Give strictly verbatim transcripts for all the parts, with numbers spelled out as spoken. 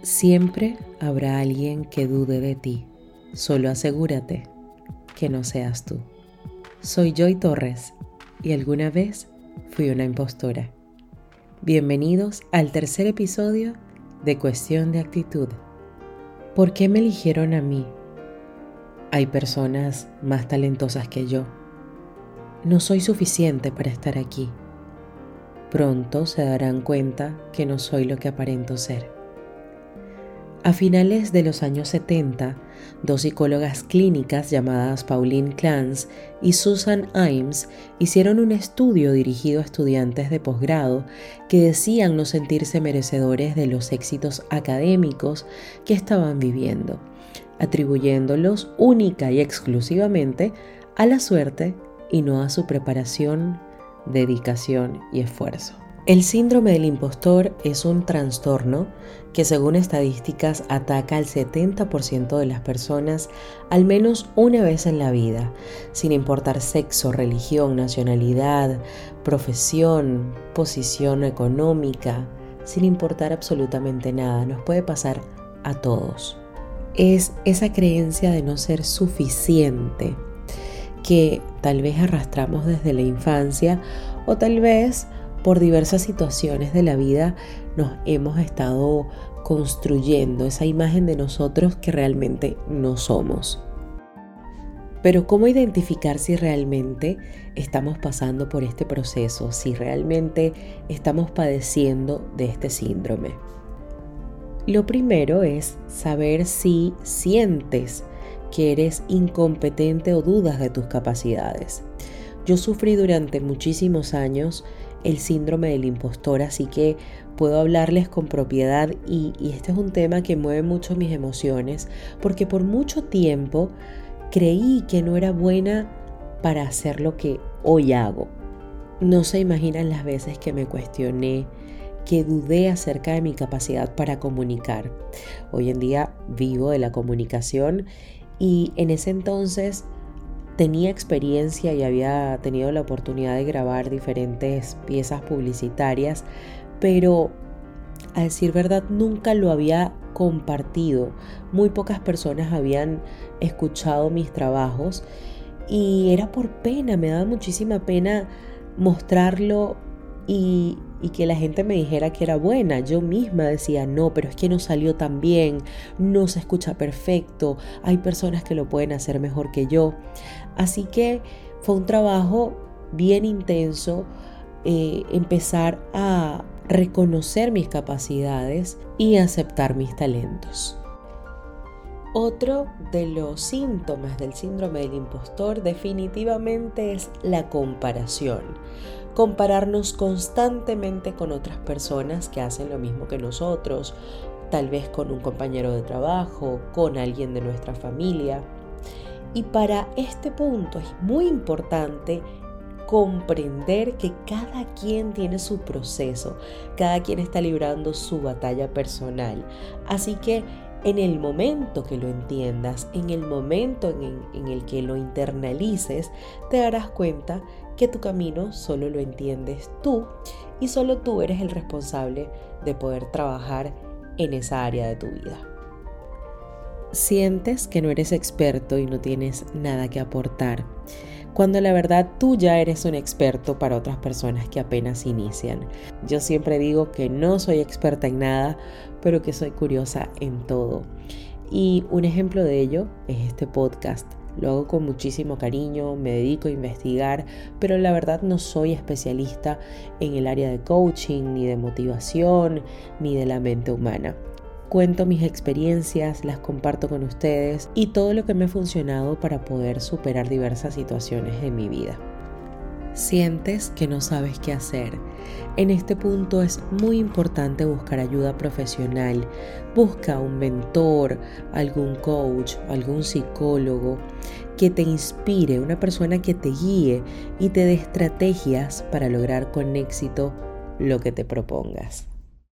Siempre habrá alguien que dude de ti. Solo asegúrate que no seas tú. Soy Joy Torres y alguna vez fui una impostora. Bienvenidos al tercer episodio de Cuestión de Actitud. ¿Por qué me eligieron a mí? Hay personas más talentosas que yo. No soy suficiente para estar aquí. Pronto se darán cuenta que no soy lo que aparento ser. A finales de los años setenta, dos psicólogas clínicas llamadas Pauline Clance y Susan Imes hicieron un estudio dirigido a estudiantes de posgrado que decían no sentirse merecedores de los éxitos académicos que estaban viviendo, atribuyéndolos única y exclusivamente a la suerte y no a su preparación, dedicación y esfuerzo. El síndrome del impostor es un trastorno que, según estadísticas, ataca al setenta por ciento de las personas al menos una vez en la vida, sin importar sexo, religión, nacionalidad, profesión, posición económica, sin importar absolutamente nada. Nos puede pasar a todos. Es esa creencia de no ser suficiente que tal vez arrastramos desde la infancia o tal vez por diversas situaciones de la vida nos hemos estado construyendo esa imagen de nosotros que realmente no somos. Pero ¿cómo identificar si realmente estamos pasando por este proceso, si realmente estamos padeciendo de este síndrome? Lo primero es saber si sientes que eres incompetente o dudas de tus capacidades. Yo sufrí durante muchísimos años el síndrome del impostor, así que puedo hablarles con propiedad y, y este es un tema que mueve mucho mis emociones porque por mucho tiempo creí que no era buena para hacer lo que hoy hago. No se imaginan las veces que me cuestioné, que dudé acerca de mi capacidad para comunicar. Hoy en día vivo de la comunicación y en ese entonces tenía experiencia y había tenido la oportunidad de grabar diferentes piezas publicitarias, pero a decir verdad nunca lo había compartido. Muy pocas personas habían escuchado mis trabajos y era por pena, me daba muchísima pena mostrarlo y, y que la gente me dijera que era buena. Yo misma decía, no, pero es que no salió tan bien, no se escucha perfecto, hay personas que lo pueden hacer mejor que yo. Así que fue un trabajo bien intenso, eh, empezar a reconocer mis capacidades y aceptar mis talentos. Otro de los síntomas del síndrome del impostor definitivamente es la comparación. Compararnos constantemente con otras personas que hacen lo mismo que nosotros, tal vez con un compañero de trabajo, con alguien de nuestra familia. Y para este punto es muy importante comprender que cada quien tiene su proceso, cada quien está librando su batalla personal. Así que en el momento que lo entiendas, en el momento en, en el que lo internalices, te darás cuenta que tu camino solo lo entiendes tú y solo tú eres el responsable de poder trabajar en esa área de tu vida. Sientes que no eres experto y no tienes nada que aportar, cuando la verdad tú ya eres un experto para otras personas que apenas inician. Yo siempre digo que no soy experta en nada, pero que soy curiosa en todo. Y un ejemplo de ello es este podcast. Lo hago con muchísimo cariño, me dedico a investigar, pero la verdad no soy especialista en el área de coaching, ni de motivación, ni de la mente humana. Cuento mis experiencias, las comparto con ustedes y todo lo que me ha funcionado para poder superar diversas situaciones de mi vida. Sientes que no sabes qué hacer. En este punto es muy importante buscar ayuda profesional. Busca un mentor, algún coach, algún psicólogo que te inspire, una persona que te guíe y te dé estrategias para lograr con éxito lo que te propongas.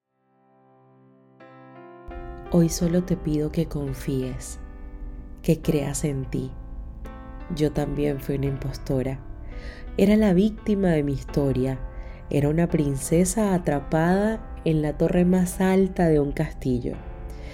Hoy solo te pido que confíes, que creas en ti. Yo también fui una impostora. Era la víctima de mi historia. Era una princesa atrapada en la torre más alta de un castillo.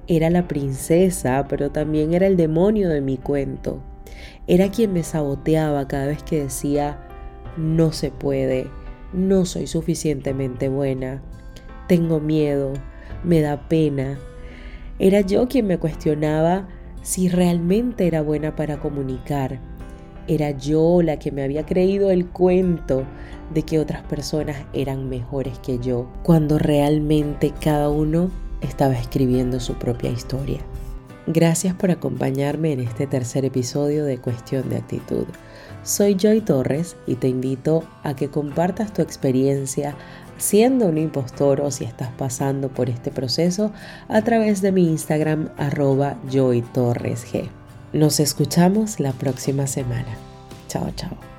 Era la princesa, pero también era el demonio de mi cuento. Era quien me saboteaba cada vez que decía, no se puede, no soy suficientemente buena, tengo miedo, me da pena. Era yo quien me cuestionaba si realmente era buena para comunicar. Era yo la que me había creído el cuento de que otras personas eran mejores que yo, cuando realmente cada uno estaba escribiendo su propia historia. Gracias por acompañarme en este tercer episodio de Cuestión de Actitud. Soy Joy Torres y te invito a que compartas tu experiencia siendo un impostor o si estás pasando por este proceso a través de mi Instagram arroba joytorresg. Nos escuchamos la próxima semana. Chao, chao.